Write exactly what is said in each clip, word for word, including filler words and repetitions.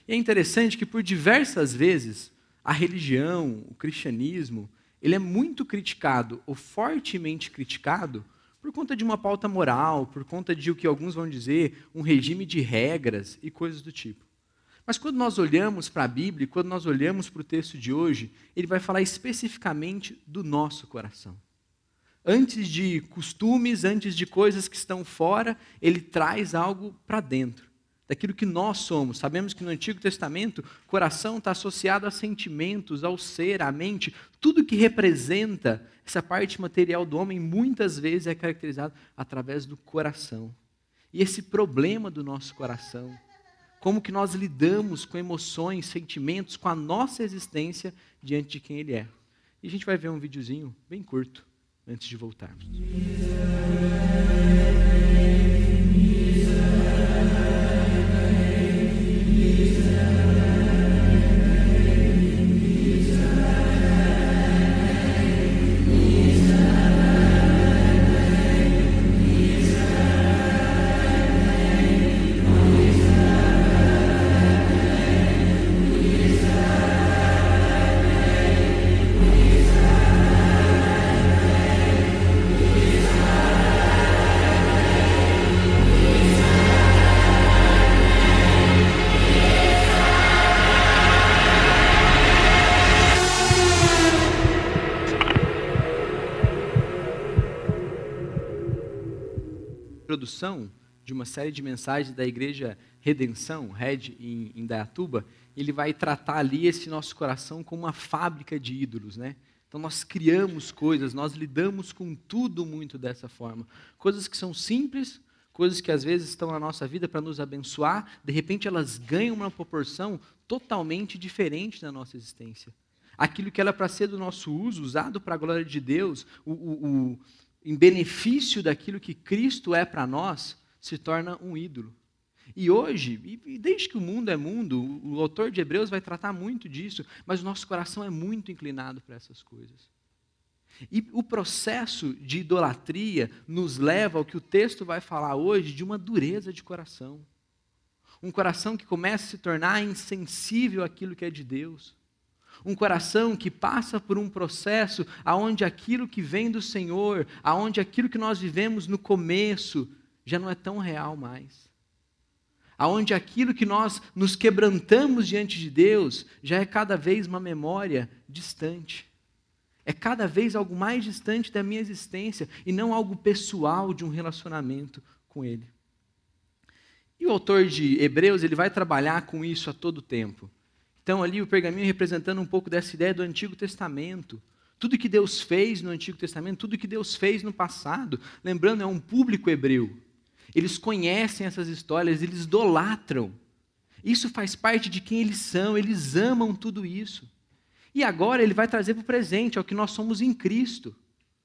E é interessante que por diversas vezes a religião, o cristianismo, ele é muito criticado ou fortemente criticado por conta de uma pauta moral, por conta de o que alguns vão dizer, um regime de regras e coisas do tipo. Mas quando nós olhamos para a Bíblia, quando nós olhamos para o texto de hoje, ele vai falar especificamente do nosso coração. Antes de costumes, antes de coisas que estão fora, ele traz algo para dentro, daquilo que nós somos. Sabemos que no Antigo Testamento, o coração está associado a sentimentos, ao ser, à mente. Tudo que representa essa parte material do homem, muitas vezes é caracterizado através do coração. E esse problema do nosso coração, como que nós lidamos com emoções, sentimentos, com a nossa existência diante de quem Ele é. E a gente vai ver um videozinho bem curto, antes de voltarmos. Introdução de uma série de mensagens da Igreja Redenção, Red, em, em Dayatuba, ele vai tratar ali esse nosso coração como uma fábrica de ídolos, né? Então nós criamos coisas, nós lidamos com tudo muito dessa forma. Coisas que são simples, coisas que às vezes estão na nossa vida para nos abençoar, de repente elas ganham uma proporção totalmente diferente da nossa existência. Aquilo que era para ser do nosso uso, usado para a glória de Deus, o, o, o em benefício daquilo que Cristo é para nós, se torna um ídolo. E hoje, e desde que o mundo é mundo, o autor de Hebreus vai tratar muito disso, mas o nosso coração é muito inclinado para essas coisas. E o processo de idolatria nos leva ao que o texto vai falar hoje, de uma dureza de coração. Um coração que começa a se tornar insensível àquilo que é de Deus. Um coração que passa por um processo onde aquilo que vem do Senhor, onde aquilo que nós vivemos no começo, já não é tão real mais. Onde aquilo que nós nos quebrantamos diante de Deus, já é cada vez uma memória distante. É cada vez algo mais distante da minha existência, e não algo pessoal de um relacionamento com Ele. E o autor de Hebreus, ele vai trabalhar com isso a todo tempo. Então, ali o pergaminho representando um pouco dessa ideia do Antigo Testamento. Tudo que Deus fez no Antigo Testamento, tudo que Deus fez no passado. Lembrando, é um público hebreu. Eles conhecem essas histórias, eles idolatram. Isso faz parte de quem eles são, eles amam tudo isso. E agora ele vai trazer para o presente, ao que nós somos em Cristo.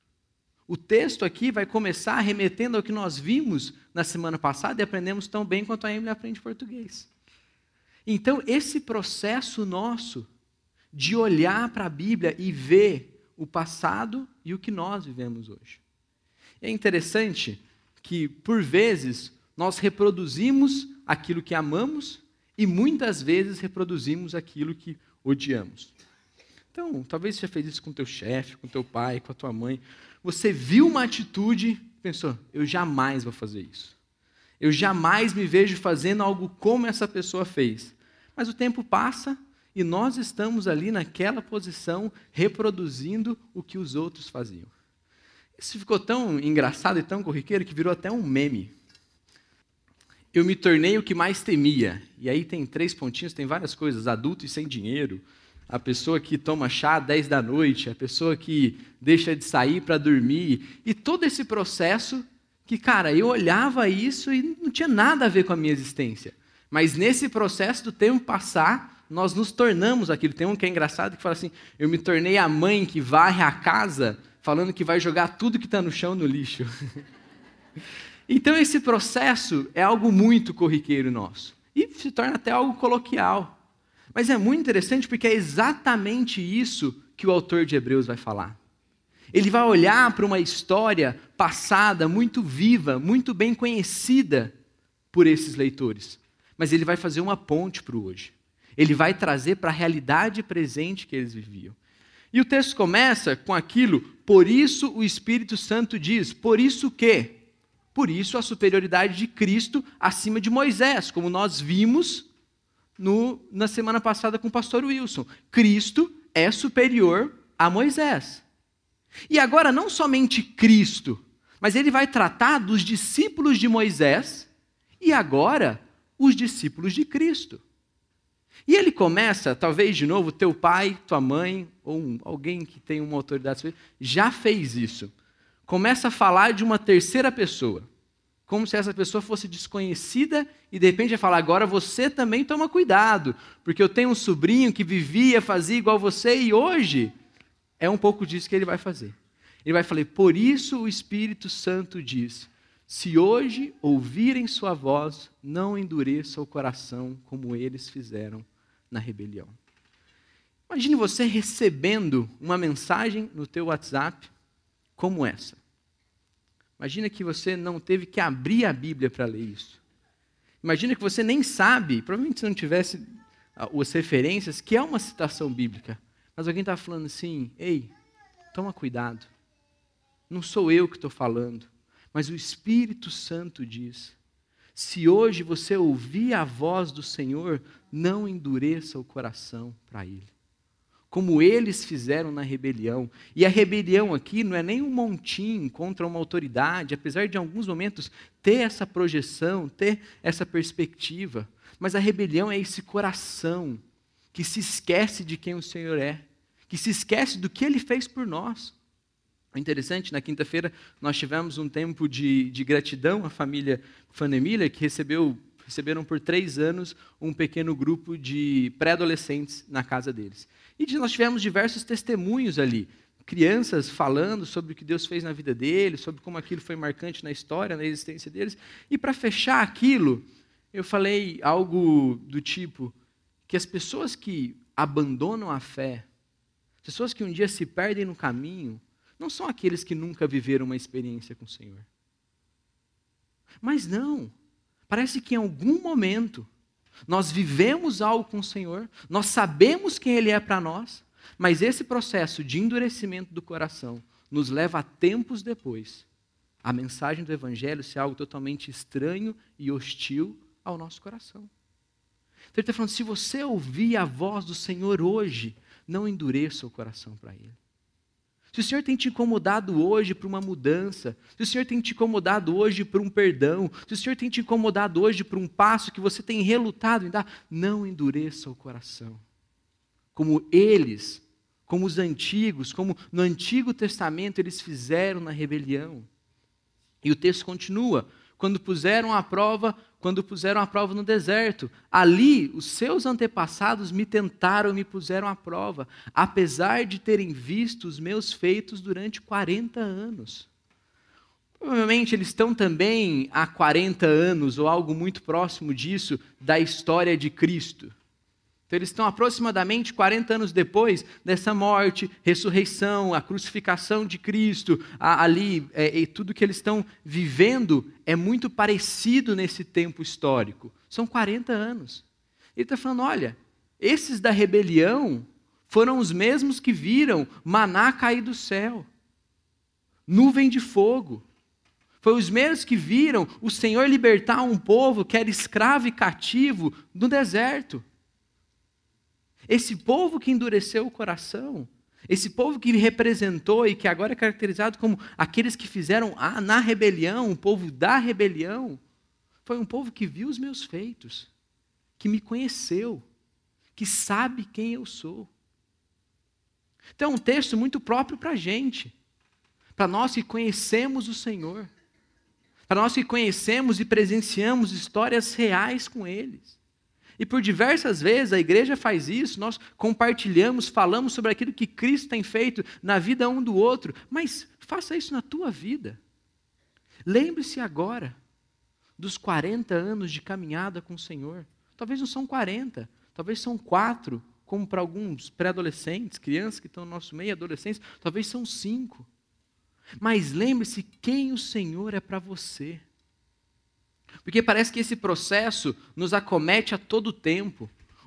O texto aqui vai começar remetendo ao que nós vimos na semana passada e aprendemos tão bem quanto a Emily aprende português. Então, esse processo nosso de olhar para a Bíblia e ver o passado e o que nós vivemos hoje. É interessante que, por vezes, nós reproduzimos aquilo que amamos e muitas vezes reproduzimos aquilo que odiamos. Então, talvez você já fez isso com teu chefe, com teu pai, com a tua mãe. Você viu uma atitude e pensou, eu jamais vou fazer isso. Eu jamais me vejo fazendo algo como essa pessoa fez. Mas o tempo passa e nós estamos ali naquela posição, reproduzindo o que os outros faziam. Isso ficou tão engraçado e tão corriqueiro que virou até um meme. Eu me tornei o que mais temia. E aí tem três pontinhos, tem várias coisas. Adulto e sem dinheiro, a pessoa que toma chá às dez da noite, a pessoa que deixa de sair para dormir. E todo esse processo que, cara, eu olhava isso e não tinha nada a ver com a minha existência. Mas nesse processo do tempo passar, nós nos tornamos aquilo. Tem um que é engraçado que fala assim, eu me tornei a mãe que varre a casa, falando que vai jogar tudo que está no chão no lixo. Então esse processo é algo muito corriqueiro nosso. E se torna até algo coloquial. Mas é muito interessante porque é exatamente isso que o autor de Hebreus vai falar. Ele vai olhar para uma história passada, muito viva, muito bem conhecida por esses leitores. Mas ele vai fazer uma ponte para o hoje. Ele vai trazer para a realidade presente que eles viviam. E o texto começa com aquilo, por isso o Espírito Santo diz, por isso o quê? Por isso a superioridade de Cristo acima de Moisés, como nós vimos no, na semana passada com o pastor Wilson. Cristo é superior a Moisés. E agora não somente Cristo, mas ele vai tratar dos discípulos de Moisés e agora os discípulos de Cristo. E ele começa, talvez de novo, teu pai, tua mãe, ou um, alguém que tem uma autoridade, já fez isso. Começa a falar de uma terceira pessoa, como se essa pessoa fosse desconhecida e de repente vai falar, agora você também toma cuidado, porque eu tenho um sobrinho que vivia, fazia igual você e hoje é um pouco disso que ele vai fazer. Ele vai falar, por isso o Espírito Santo diz, se hoje ouvirem sua voz, não endureça o coração como eles fizeram na rebelião. Imagine você recebendo uma mensagem no teu WhatsApp como essa. Imagina que você não teve que abrir a Bíblia para ler isso. Imagina que você nem sabe, provavelmente se não tivesse as referências, que é uma citação bíblica. Mas alguém está falando assim, ei, toma cuidado. Não sou eu que estou falando, mas o Espírito Santo diz, se hoje você ouvir a voz do Senhor, não endureça o coração para Ele. Como eles fizeram na rebelião. E a rebelião aqui não é nem um montinho contra uma autoridade, apesar de em alguns momentos ter essa projeção, ter essa perspectiva. Mas a rebelião é esse coração que se esquece de quem o Senhor é, que se esquece do que Ele fez por nós. É interessante, na quinta-feira nós tivemos um tempo de, de gratidão à família Fanemília, que recebeu, receberam por três anos um pequeno grupo de pré-adolescentes na casa deles. E nós tivemos diversos testemunhos ali, crianças falando sobre o que Deus fez na vida deles, sobre como aquilo foi marcante na história, na existência deles. E para fechar aquilo, eu falei algo do tipo, que as pessoas que abandonam a fé, pessoas que um dia se perdem no caminho, não são aqueles que nunca viveram uma experiência com o Senhor. Mas não, parece que em algum momento nós vivemos algo com o Senhor, nós sabemos quem Ele é para nós, mas esse processo de endurecimento do coração nos leva a tempos depois a mensagem do Evangelho ser algo totalmente estranho e hostil ao nosso coração. Então ele está falando, se você ouvir a voz do Senhor hoje, não endureça o coração para Ele. Se o Senhor tem te incomodado hoje por uma mudança, se o Senhor tem te incomodado hoje por um perdão, se o Senhor tem te incomodado hoje por um passo que você tem relutado em dar, não endureça o coração. Como eles, como os antigos, como no Antigo Testamento eles fizeram na rebelião. E o texto continua, quando puseram à prova, quando puseram à prova no deserto, ali os seus antepassados me tentaram, me puseram à prova, apesar de terem visto os meus feitos durante quarenta anos. Provavelmente eles estão também há quarenta anos, ou algo muito próximo disso, da história de Cristo. Então eles estão aproximadamente quarenta anos depois dessa morte, ressurreição, a crucificação de Cristo, a, ali, é, e tudo que eles estão vivendo é muito parecido nesse tempo histórico. São quarenta anos. Ele está falando, olha, esses da rebelião foram os mesmos que viram maná cair do céu, nuvem de fogo. Foi os mesmos que viram o Senhor libertar um povo que era escravo e cativo no deserto. Esse povo que endureceu o coração, esse povo que representou e que agora é caracterizado como aqueles que fizeram ah, na rebelião, o povo da rebelião, foi um povo que viu os meus feitos, que me conheceu, que sabe quem eu sou. Então é um texto muito próprio para a gente, para nós que conhecemos o Senhor, para nós que conhecemos e presenciamos histórias reais com eles. E por diversas vezes a igreja faz isso, nós compartilhamos, falamos sobre aquilo que Cristo tem feito na vida um do outro, mas faça isso na tua vida. Lembre-se agora dos quarenta anos de caminhada com o Senhor. Talvez não são quarenta, talvez são quatro, como para alguns pré-adolescentes, crianças que estão no nosso meio, adolescentes, talvez são cinco. Mas lembre-se quem o Senhor é para você. Porque parece que esse processo nos acomete a todo tempo.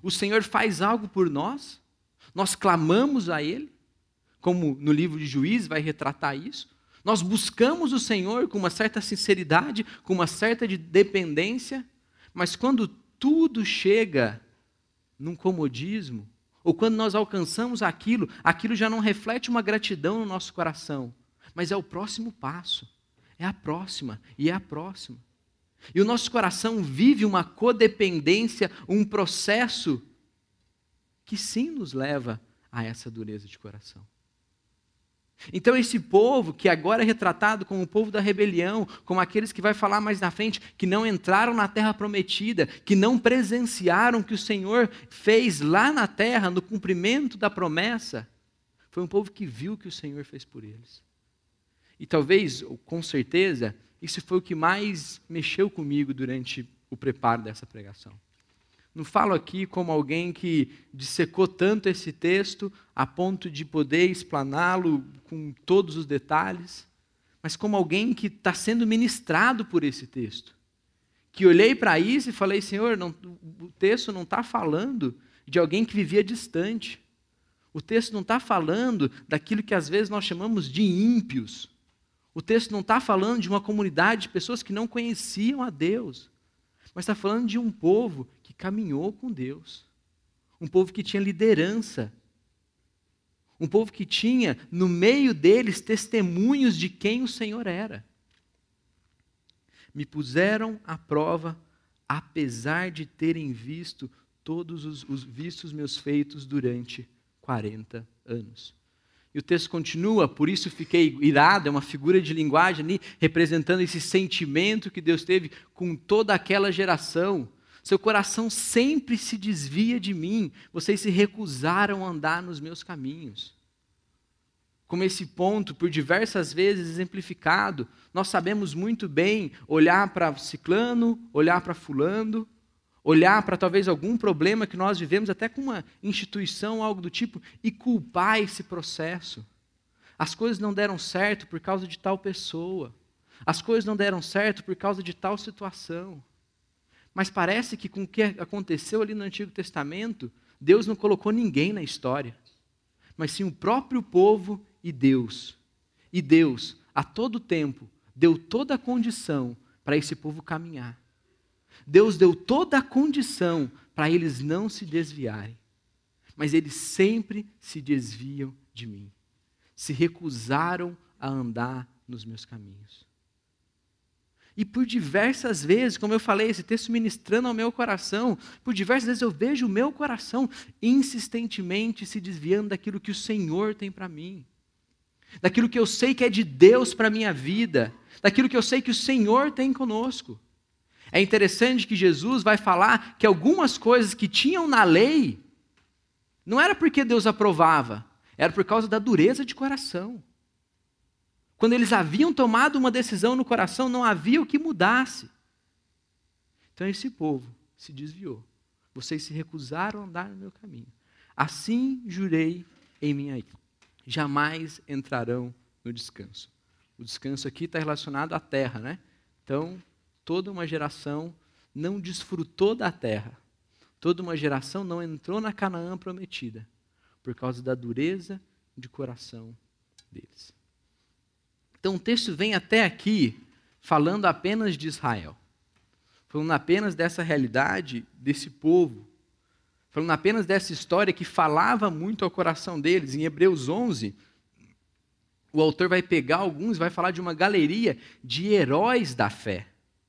O Senhor faz algo por nós, nós clamamos a Ele, como no livro de Juízes vai retratar isso. Nós buscamos o Senhor com uma certa sinceridade, com uma certa de dependência, mas quando tudo chega num comodismo, ou quando nós alcançamos aquilo, aquilo já não reflete uma gratidão no nosso coração, mas é o próximo passo, é a próxima e é a próxima. E o nosso coração vive uma codependência, um processo que sim nos leva a essa dureza de coração. Então esse povo, que agora é retratado como o povo da rebelião, como aqueles que vai falar mais na frente, que não entraram na terra prometida, que não presenciaram o que o Senhor fez lá na terra, no cumprimento da promessa, foi um povo que viu o que o Senhor fez por eles. E talvez, ou com certeza, isso foi o que mais mexeu comigo durante o preparo dessa pregação. Não falo aqui como alguém que dissecou tanto esse texto a ponto de poder explaná-lo com todos os detalhes, mas como alguém que está sendo ministrado por esse texto. Que olhei para isso e falei, Senhor, não, o texto não está falando de alguém que vivia distante. O texto não está falando daquilo que às vezes nós chamamos de ímpios. O texto não está falando de uma comunidade de pessoas que não conheciam a Deus, mas está falando de um povo que caminhou com Deus, um povo que tinha liderança, um povo que tinha no meio deles testemunhos de quem o Senhor era. Me puseram à prova, apesar de terem visto todos os, os vistos meus feitos durante quarenta anos. E o texto continua, por isso fiquei irado, é uma figura de linguagem ali, representando esse sentimento que Deus teve com toda aquela geração. Seu coração sempre se desvia de mim, vocês se recusaram a andar nos meus caminhos. Como esse ponto, por diversas vezes exemplificado, nós sabemos muito bem olhar para ciclano, olhar para fulano, olhar para talvez algum problema que nós vivemos, até com uma instituição, algo do tipo, e culpar esse processo. As coisas não deram certo por causa de tal pessoa. As coisas não deram certo por causa de tal situação. Mas parece que com o que aconteceu ali no Antigo Testamento, Deus não colocou ninguém na história, mas sim o próprio povo e Deus. E Deus, a todo tempo, deu toda a condição para esse povo caminhar. Deus deu toda a condição para eles não se desviarem. Mas eles sempre se desviam de mim. Se recusaram a andar nos meus caminhos. E por diversas vezes, como eu falei, esse texto ministrando ao meu coração, por diversas vezes eu vejo o meu coração insistentemente se desviando daquilo que o Senhor tem para mim. Daquilo que eu sei que é de Deus para a minha vida. Daquilo que eu sei que o Senhor tem conosco. É interessante que Jesus vai falar que algumas coisas que tinham na lei, não era porque Deus aprovava, era por causa da dureza de coração. Quando eles haviam tomado uma decisão no coração, não havia o que mudasse. Então esse povo se desviou. Vocês se recusaram a andar no meu caminho. Assim jurei em minha ira. Jamais entrarão no descanso. O descanso aqui está relacionado à terra, né? Então, toda uma geração não desfrutou da terra. Toda uma geração não entrou na Canaã prometida por causa da dureza de coração deles. Então o texto vem até aqui falando apenas de Israel. Falando apenas dessa realidade desse povo. Falando apenas dessa história que falava muito ao coração deles. Em Hebreus onze, o autor vai pegar alguns e vai falar de uma galeria de heróis da fé.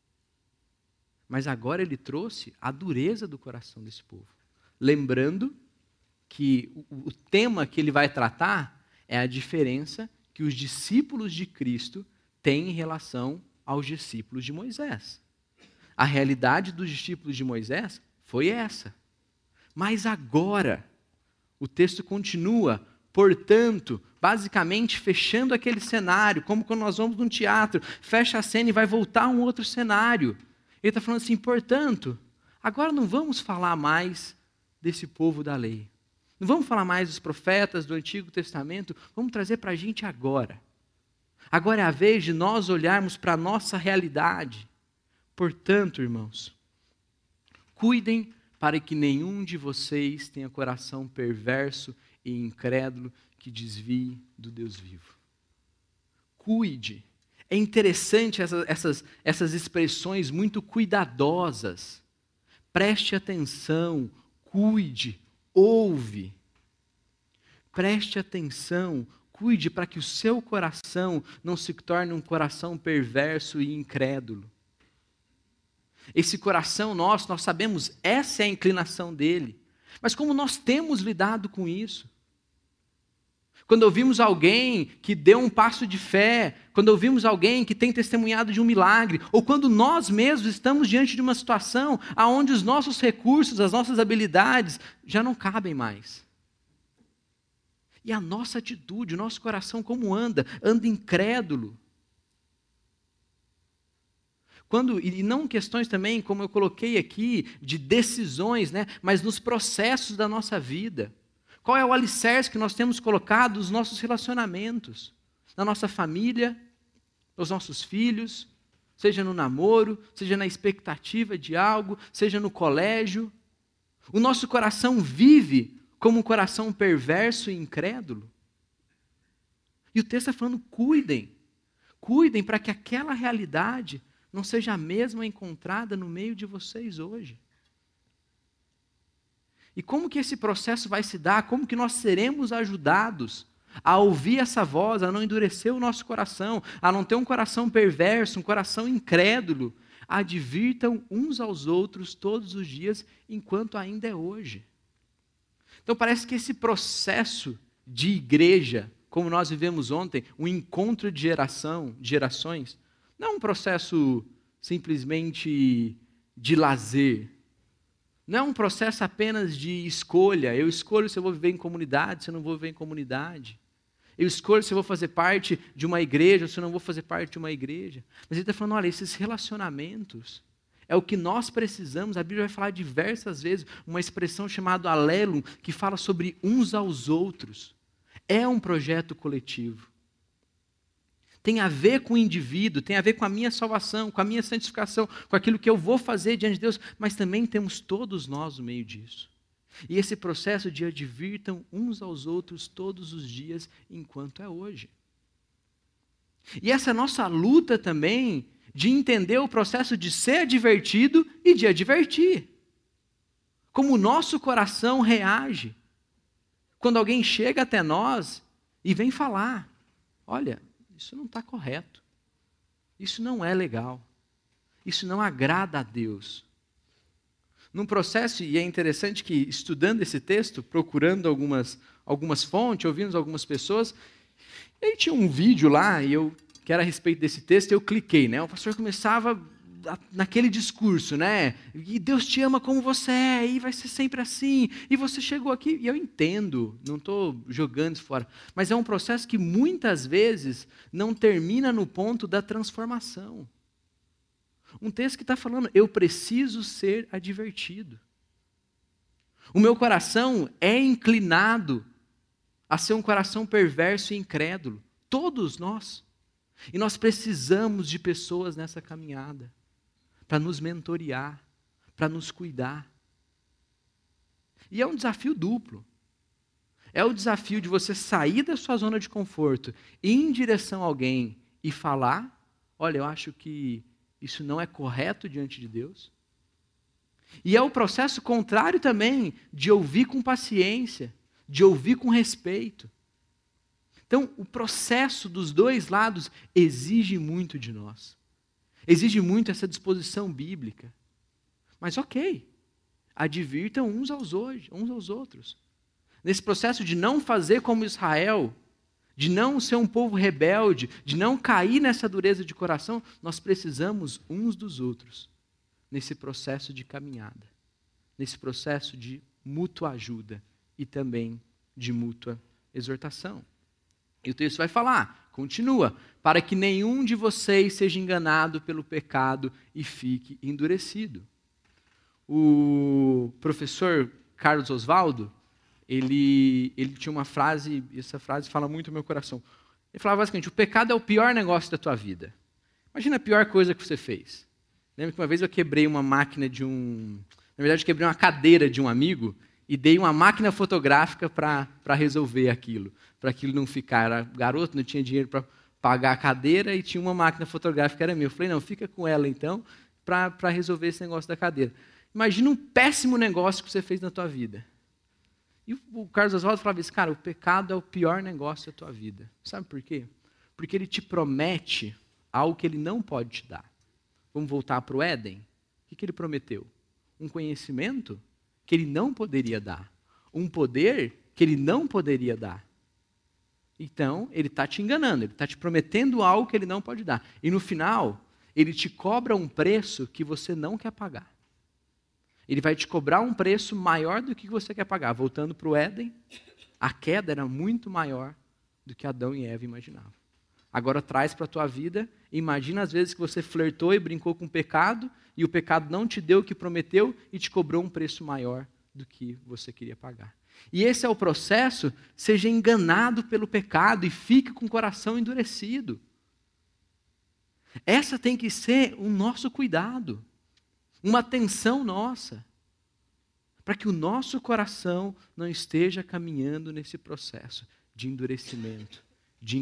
Mas agora ele trouxe a dureza do coração desse povo. Lembrando que o, o tema que ele vai tratar é a diferença que os discípulos de Cristo têm em relação aos discípulos de Moisés. A realidade dos discípulos de Moisés foi essa. Mas agora, o texto continua, portanto, basicamente fechando aquele cenário, como quando nós vamos num teatro, fecha a cena e vai voltar a um outro cenário. Ele está falando assim, portanto, agora não vamos falar mais desse povo da lei. Não vamos falar mais dos profetas do Antigo Testamento, vamos trazer para a gente agora. Agora é a vez de nós olharmos para a nossa realidade. Portanto, irmãos, cuidem para que nenhum de vocês tenha coração perverso e incrédulo que desvie do Deus vivo. Cuide. É interessante essas, essas, essas expressões muito cuidadosas. Preste atenção, cuide, ouve. Preste atenção, cuide para que o seu coração não se torne um coração perverso e incrédulo. Esse coração nosso, nós sabemos, essa é a inclinação dele. Mas como nós temos lidado com isso? Quando ouvimos alguém que deu um passo de fé, quando ouvimos alguém que tem testemunhado de um milagre, ou quando nós mesmos estamos diante de uma situação onde os nossos recursos, as nossas habilidades já não cabem mais. E a nossa atitude, o nosso coração como anda? Anda incrédulo. Quando, e não questões também, como eu coloquei aqui, de decisões, né, mas nos processos da nossa vida. Qual é o alicerce que nós temos colocado nos nossos relacionamentos? Na nossa família, nos nossos filhos, seja no namoro, seja na expectativa de algo, seja no colégio. O nosso coração vive como um coração perverso e incrédulo. E o texto está falando, cuidem. Cuidem para que aquela realidade não seja a mesma encontrada no meio de vocês hoje. E como que esse processo vai se dar? Como que nós seremos ajudados a ouvir essa voz, a não endurecer o nosso coração, a não ter um coração perverso, um coração incrédulo? Advirtam uns aos outros todos os dias, enquanto ainda é hoje. Então parece que esse processo de igreja, como nós vivemos ontem, um encontro de geração, de gerações, não é um processo simplesmente de lazer. Não é um processo apenas de escolha. Eu escolho se eu vou viver em comunidade, se eu não vou viver em comunidade. Eu escolho se eu vou fazer parte de uma igreja ou se eu não vou fazer parte de uma igreja. Mas ele está falando, olha, esses relacionamentos é o que nós precisamos. A Bíblia vai falar diversas vezes uma expressão chamada alélum, que fala sobre uns aos outros. É um projeto coletivo. Tem a ver com o indivíduo, tem a ver com a minha salvação, com a minha santificação, com aquilo que eu vou fazer diante de Deus, mas também temos todos nós no meio disso. E esse processo de advirtam uns aos outros todos os dias, enquanto é hoje. E essa nossa luta também de entender o processo de ser advertido e de advertir. Como o nosso coração reage quando alguém chega até nós e vem falar, olha, isso não está correto. Isso não é legal. Isso não agrada a Deus. Num processo, e é interessante que estudando esse texto, procurando algumas, algumas fontes, ouvindo algumas pessoas, e aí tinha um vídeo lá, e eu, que era a respeito desse texto, eu cliquei, né? O pastor começava naquele discurso, né? E Deus te ama como você é, e vai ser sempre assim, e você chegou aqui, e eu entendo, não estou jogando isso fora, mas é um processo que muitas vezes não termina no ponto da transformação. Um texto que está falando, eu preciso ser advertido. O meu coração é inclinado a ser um coração perverso e incrédulo, todos nós. E nós precisamos de pessoas nessa caminhada, para nos mentorear, para nos cuidar. E é um desafio duplo. É o desafio de você sair da sua zona de conforto, ir em direção a alguém e falar, olha, eu acho que isso não é correto diante de Deus. E é o processo contrário também, de ouvir com paciência, de ouvir com respeito. Então, o processo dos dois lados exige muito de nós. Exige muito essa disposição bíblica. Mas ok, advirtam uns aos, hoje, uns aos outros. Nesse processo de não fazer como Israel, de não ser um povo rebelde, de não cair nessa dureza de coração, nós precisamos uns dos outros. Nesse processo de caminhada. Nesse processo de mútua ajuda e também de mútua exortação. E o texto vai falar, continua, para que nenhum de vocês seja enganado pelo pecado e fique endurecido. O professor Carlos Oswaldo, ele, ele tinha uma frase, e essa frase fala muito no meu coração. Ele falava basicamente, o pecado é o pior negócio da tua vida. Imagina a pior coisa que você fez. Lembra que uma vez eu quebrei uma máquina de um, Na verdade, eu quebrei uma cadeira de um amigo e dei uma máquina fotográfica para resolver aquilo, para aquilo não ficar. Era garoto, não tinha dinheiro para pagar a cadeira e tinha uma máquina fotográfica que era minha. Eu falei, não, fica com ela então, para resolver esse negócio da cadeira. Imagina um péssimo negócio que você fez na tua vida. E o Carlos Oswaldo falava isso, cara, o pecado é o pior negócio da tua vida. Sabe por quê? Porque ele te promete algo que ele não pode te dar. Vamos voltar para o Éden? O que ele prometeu? Um conhecimento que ele não poderia dar. Um poder que ele não poderia dar. Então, ele está te enganando, ele está te prometendo algo que ele não pode dar. E no final, ele te cobra um preço que você não quer pagar. Ele vai te cobrar um preço maior do que você quer pagar. Voltando para o Éden, a queda era muito maior do que Adão e Eva imaginavam. Agora traz para a tua vida, imagina as vezes que você flertou e brincou com o pecado, e o pecado não te deu o que prometeu e te cobrou um preço maior do que você queria pagar. E esse é o processo, seja enganado pelo pecado e fique com o coração endurecido. Essa tem que ser o nosso cuidado, uma atenção nossa, para que o nosso coração não esteja caminhando nesse processo de endurecimento, de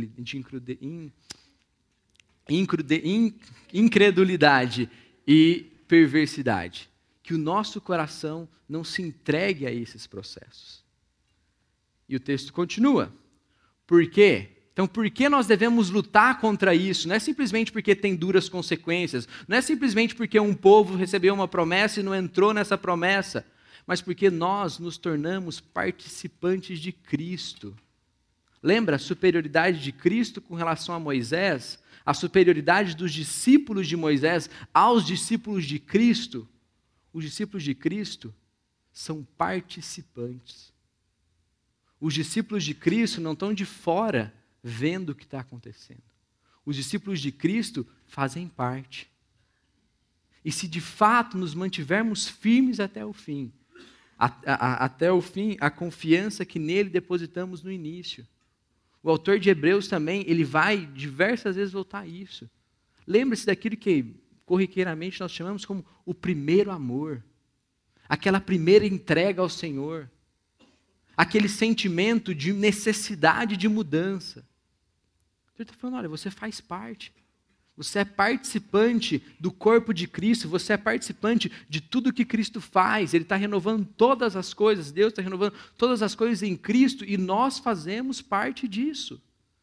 incredulidade e perversidade. Que o nosso coração não se entregue a esses processos. E o texto continua. Por quê? Então, por que nós devemos lutar contra isso? Não é simplesmente porque tem duras consequências, não é simplesmente porque um povo recebeu uma promessa e não entrou nessa promessa, mas porque nós nos tornamos participantes de Cristo. Lembra a superioridade de Cristo com relação a Moisés? A superioridade dos discípulos de Moisés aos discípulos de Cristo? Os discípulos de Cristo são participantes. Os discípulos de Cristo não estão de fora vendo o que está acontecendo. Os discípulos de Cristo fazem parte. E se de fato nos mantivermos firmes até o fim, a, a, até o fim, a confiança que nele depositamos no início. O autor de Hebreus também, ele vai diversas vezes voltar a isso. Lembre-se daquilo que corriqueiramente nós chamamos como o primeiro amor. Aquela primeira entrega ao Senhor. Aquele sentimento de necessidade de mudança. Ele está falando, olha, você faz parte. Você é participante do corpo de Cristo. Você é participante de tudo que Cristo faz. Ele está renovando todas as coisas. Deus está renovando todas as coisas em Cristo. E nós fazemos parte disso.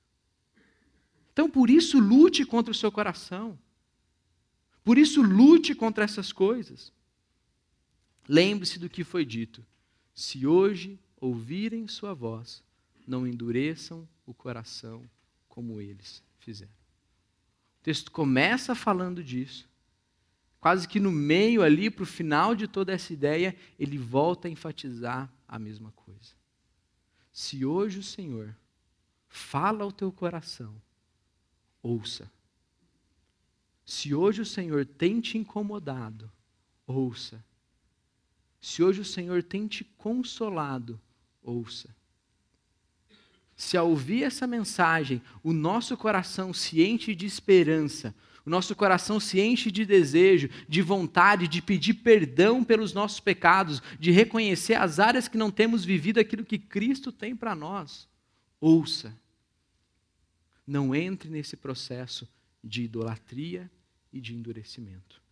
Então, por isso, lute contra o seu coração. Por isso, lute contra essas coisas. Lembre-se do que foi dito. Se hoje ouvirem sua voz, não endureçam o coração como eles fizeram. O texto começa falando disso. Quase que no meio ali, para o final de toda essa ideia, ele volta a enfatizar a mesma coisa. Se hoje o Senhor fala ao teu coração, ouça. Se hoje o Senhor tem te incomodado, ouça. Se hoje o Senhor tem te consolado, ouça. Se ao ouvir essa mensagem, o nosso coração se enche de esperança, o nosso coração se enche de desejo, de vontade, de pedir perdão pelos nossos pecados, de reconhecer as áreas que não temos vivido aquilo que Cristo tem para nós, ouça. Não entre nesse processo de idolatria e de endurecimento.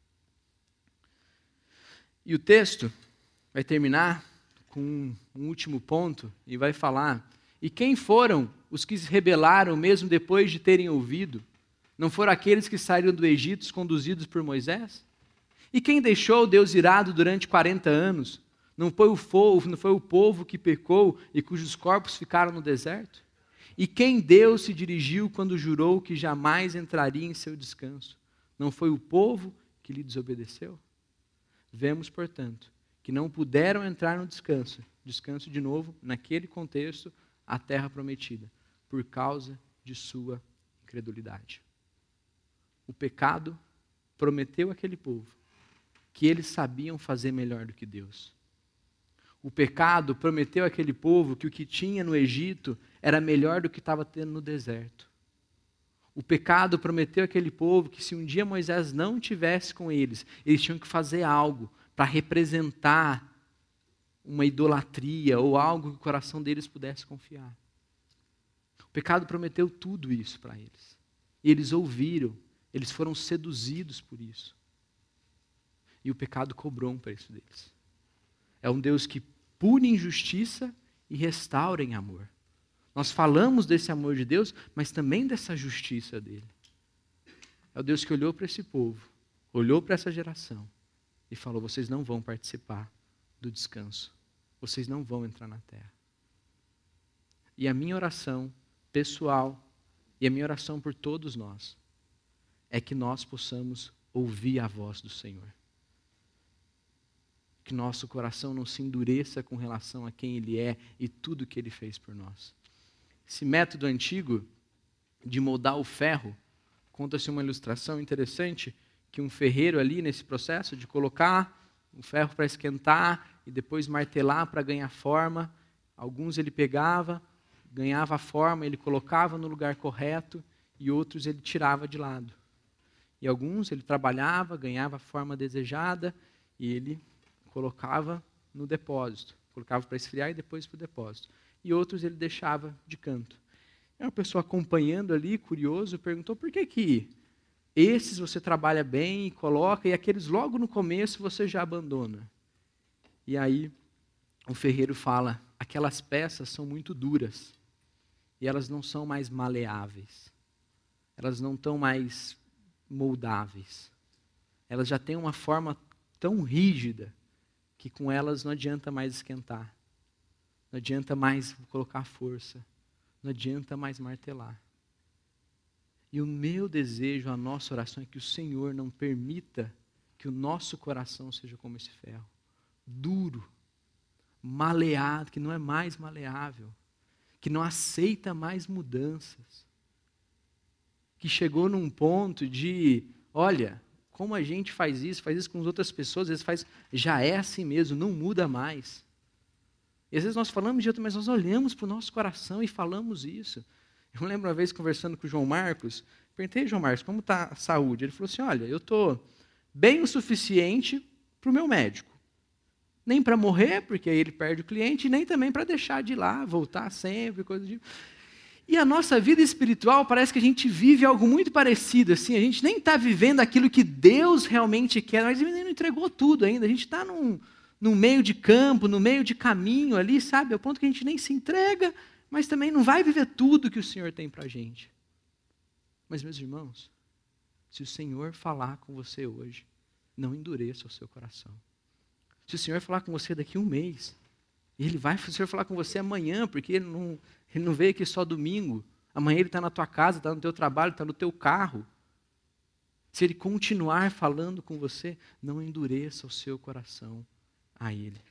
E o texto vai terminar com um último ponto e vai falar: e quem foram os que se rebelaram mesmo depois de terem ouvido? Não foram aqueles que saíram do Egito conduzidos por Moisés? E quem deixou Deus irado durante quarenta anos? Não foi o povo, não foi o povo que pecou e cujos corpos ficaram no deserto? E quem Deus se dirigiu quando jurou que jamais entraria em seu descanso? Não foi o povo que lhe desobedeceu? Vemos, portanto, que não puderam entrar no descanso, descanso de novo, naquele contexto, a terra prometida, por causa de sua incredulidade. O pecado prometeu àquele povo que eles sabiam fazer melhor do que Deus. O pecado prometeu àquele povo que o que tinha no Egito era melhor do que estava tendo no deserto. O pecado prometeu àquele povo que se um dia Moisés não tivesse com eles, eles tinham que fazer algo para representar uma idolatria ou algo que o coração deles pudesse confiar. O pecado prometeu tudo isso para eles. E eles ouviram, eles foram seduzidos por isso. E o pecado cobrou um preço deles. É um Deus que pune injustiça e restaura em amor. Nós falamos desse amor de Deus, mas também dessa justiça dele. É o Deus que olhou para esse povo, olhou para essa geração e falou: vocês não vão participar do descanso. Vocês não vão entrar na terra. E a minha oração pessoal e a minha oração por todos nós é que nós possamos ouvir a voz do Senhor. Que nosso coração não se endureça com relação a quem Ele é e tudo que Ele fez por nós. Esse método antigo de moldar o ferro, conta-se uma ilustração interessante, que um ferreiro ali nesse processo de colocar o ferro para esquentar e depois martelar para ganhar forma, alguns ele pegava, ganhava a forma, ele colocava no lugar correto e outros ele tirava de lado. E alguns ele trabalhava, ganhava a forma desejada e ele colocava no depósito, colocava para esfriar e depois para o depósito. E outros ele deixava de canto. E uma pessoa acompanhando ali, curioso, perguntou: por que que esses você trabalha bem e coloca, e aqueles logo no começo você já abandona? E aí o ferreiro fala: aquelas peças são muito duras e elas não são mais maleáveis, elas não estão mais moldáveis, elas já têm uma forma tão rígida que com elas não adianta mais esquentar, não adianta mais colocar força, não adianta mais martelar. E o meu desejo, a nossa oração é que o Senhor não permita que o nosso coração seja como esse ferro, duro, maleado, que não é mais maleável, que não aceita mais mudanças, que chegou num ponto de, olha, como a gente faz isso, faz isso com as outras pessoas, às vezes faz, já é assim mesmo, não muda mais. E às vezes nós falamos de outro, mas nós olhamos para o nosso coração e falamos isso. Eu lembro uma vez conversando com o João Marcos, perguntei: João Marcos, como está a saúde? Ele falou assim: olha, eu estou bem o suficiente para o meu médico. Nem para morrer, porque aí ele perde o cliente, nem também para deixar de ir lá, voltar sempre, coisa de... E a nossa vida espiritual parece que a gente vive algo muito parecido, assim, a gente nem está vivendo aquilo que Deus realmente quer, mas ele não entregou tudo ainda, a gente está num, num meio de campo, no meio de caminho ali, sabe, ao ponto que a gente nem se entrega, mas também não vai viver tudo que o Senhor tem para a gente. Mas, meus irmãos, se o Senhor falar com você hoje, não endureça o seu coração. Se o Senhor falar com você daqui a um mês, Ele vai, se o Senhor falar com você amanhã, porque Ele não, ele não veio aqui só domingo, amanhã Ele está na tua casa, está no teu trabalho, está no teu carro. Se Ele continuar falando com você, não endureça o seu coração a Ele.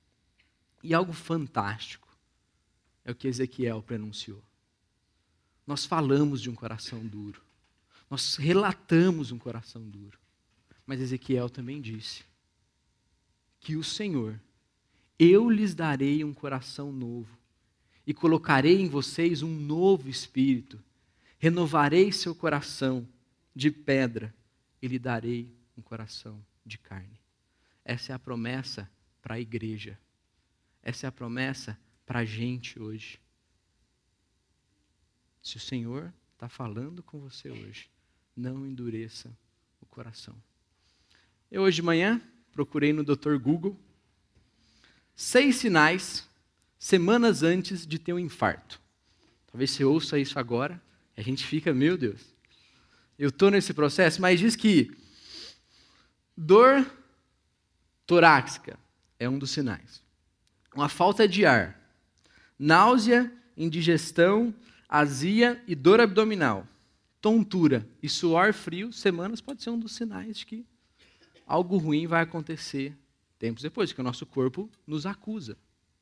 E algo fantástico é o que Ezequiel pronunciou. Nós falamos de um coração duro. Nós relatamos um coração duro. Mas Ezequiel também disse que o Senhor, eu lhes darei um coração novo e colocarei em vocês um novo espírito. Renovarei seu coração de pedra e lhe darei um coração de carne. Essa é a promessa para a igreja. Essa é a promessa para a gente hoje. Se o Senhor está falando com você hoje, não endureça o coração. Eu hoje de manhã procurei no doutor Google seis sinais semanas antes de ter um infarto. Talvez você ouça isso agora e a gente fica, meu Deus, eu estou nesse processo, mas diz que dor torácica é um dos sinais. Uma falta de ar, náusea, indigestão, azia e dor abdominal, tontura e suor frio, semanas pode ser um dos sinais de que algo ruim vai acontecer tempos depois, que o nosso corpo nos acusa.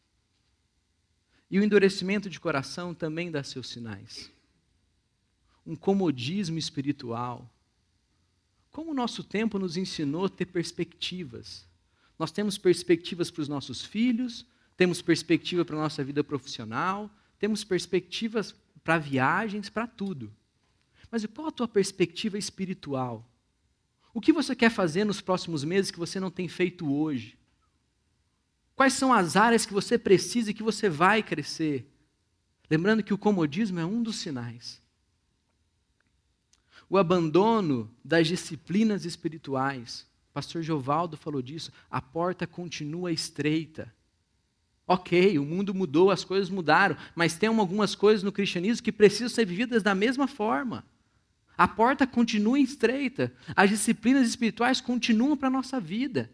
E o endurecimento de coração também dá seus sinais. Um comodismo espiritual. Como o nosso tempo nos ensinou a ter perspectivas. Nós temos perspectivas para os nossos filhos, temos perspectiva para a nossa vida profissional, temos perspectivas para viagens, para tudo. Mas qual a tua perspectiva espiritual? O que você quer fazer nos próximos meses que você não tem feito hoje? Quais são as áreas que você precisa e que você vai crescer? Lembrando que o comodismo é um dos sinais. O abandono das disciplinas espirituais. O pastor Giovaldo falou disso. A porta continua estreita. Ok, o mundo mudou, as coisas mudaram, mas tem algumas coisas no cristianismo que precisam ser vividas da mesma forma. A porta continua estreita. As disciplinas espirituais continuam para a nossa vida.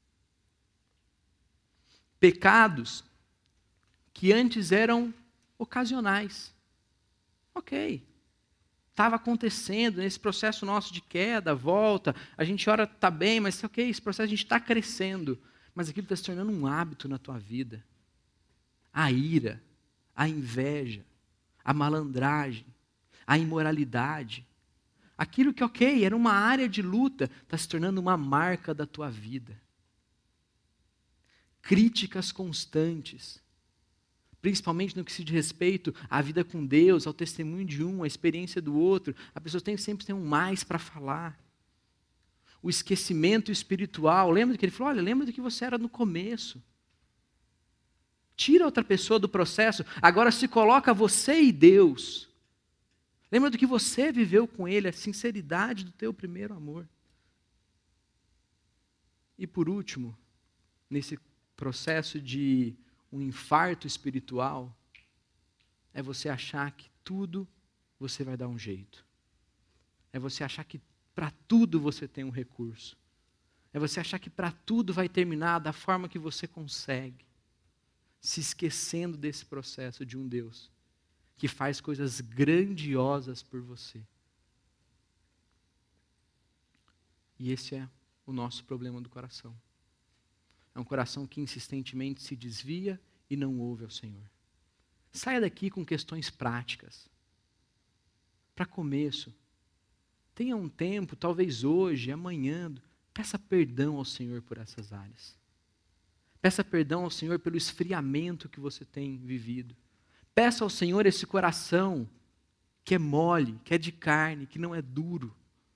Pecados que antes eram ocasionais. Ok. Estava acontecendo nesse processo nosso de queda, volta. A gente ora, está bem, mas ok, esse processo a gente está crescendo. Mas aquilo está se tornando um hábito na tua vida. A ira, a inveja, a malandragem, a imoralidade. Aquilo que, ok, era uma área de luta, está se tornando uma marca da tua vida. Críticas constantes, principalmente no que se diz respeito à vida com Deus, ao testemunho de um, à experiência do outro. A pessoa tem, sempre tem um mais para falar. O esquecimento espiritual. Lembra do que ele falou? Olha, lembra do que você era no começo. Tira outra pessoa do processo. Agora se coloca você e Deus. Lembra do que você viveu com Ele, a sinceridade do teu primeiro amor. E por último, nesse processo de um infarto espiritual, é você achar que tudo você vai dar um jeito. É você achar que para tudo você tem um recurso. É você achar que para tudo vai terminar da forma que você consegue. Se esquecendo desse processo de um Deus que faz coisas grandiosas por você. E esse é o nosso problema do coração. É um coração que insistentemente se desvia e não ouve ao Senhor. Saia daqui com questões práticas. Para começo, tenha um tempo, talvez hoje, amanhã, peça perdão ao Senhor por essas áreas. Peça perdão ao Senhor pelo esfriamento que você tem vivido. Peça ao Senhor esse coração que é mole, que é de carne, que não é duro.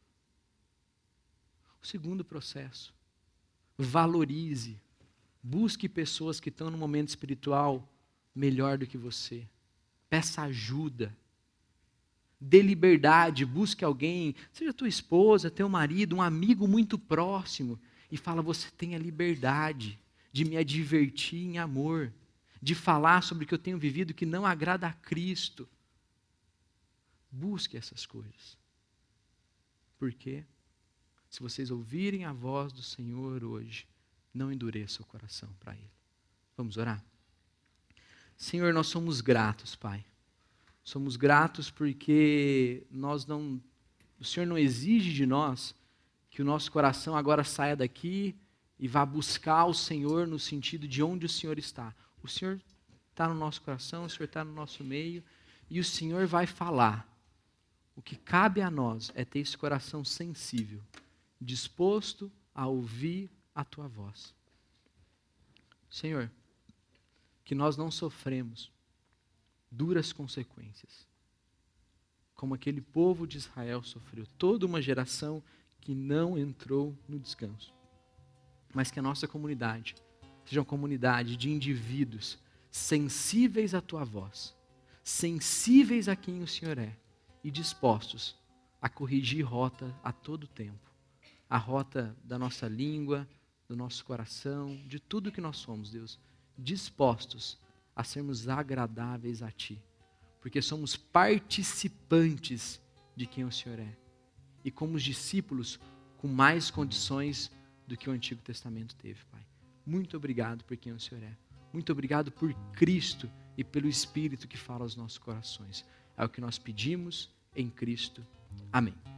O segundo processo, valorize, busque pessoas que estão no momento espiritual melhor do que você. Peça ajuda. Dê liberdade, busque alguém, seja tua esposa, teu marido, um amigo muito próximo, e fala, você tem a liberdade de me advertir em amor, de falar sobre o que eu tenho vivido que não agrada a Cristo. Busque essas coisas. Por quê? Se vocês ouvirem a voz do Senhor hoje, não endureça o coração para Ele. Vamos orar? Senhor, nós somos gratos, Pai. Somos gratos porque nós não, o Senhor não exige de nós que o nosso coração agora saia daqui e vá buscar o Senhor no sentido de onde o Senhor está. O Senhor está no nosso coração, o Senhor está no nosso meio, e o Senhor vai falar. O que cabe a nós é ter esse coração sensível, disposto a ouvir a Tua voz. Senhor, que nós não sofremos duras consequências, como aquele povo de Israel sofreu, toda uma geração que não entrou no descanso, mas que a nossa comunidade seja uma comunidade de indivíduos sensíveis à Tua voz, sensíveis a quem o Senhor é e dispostos a corrigir rota a todo tempo, a rota da nossa língua, do nosso coração, de tudo que nós somos, Deus, dispostos a sermos agradáveis a Ti, porque somos participantes de quem o Senhor é, e como os discípulos com mais condições do que o Antigo Testamento teve, Pai. Muito obrigado por quem o Senhor é. Muito obrigado por Cristo e pelo Espírito que fala aos nossos corações. É o que nós pedimos em Cristo. Amém.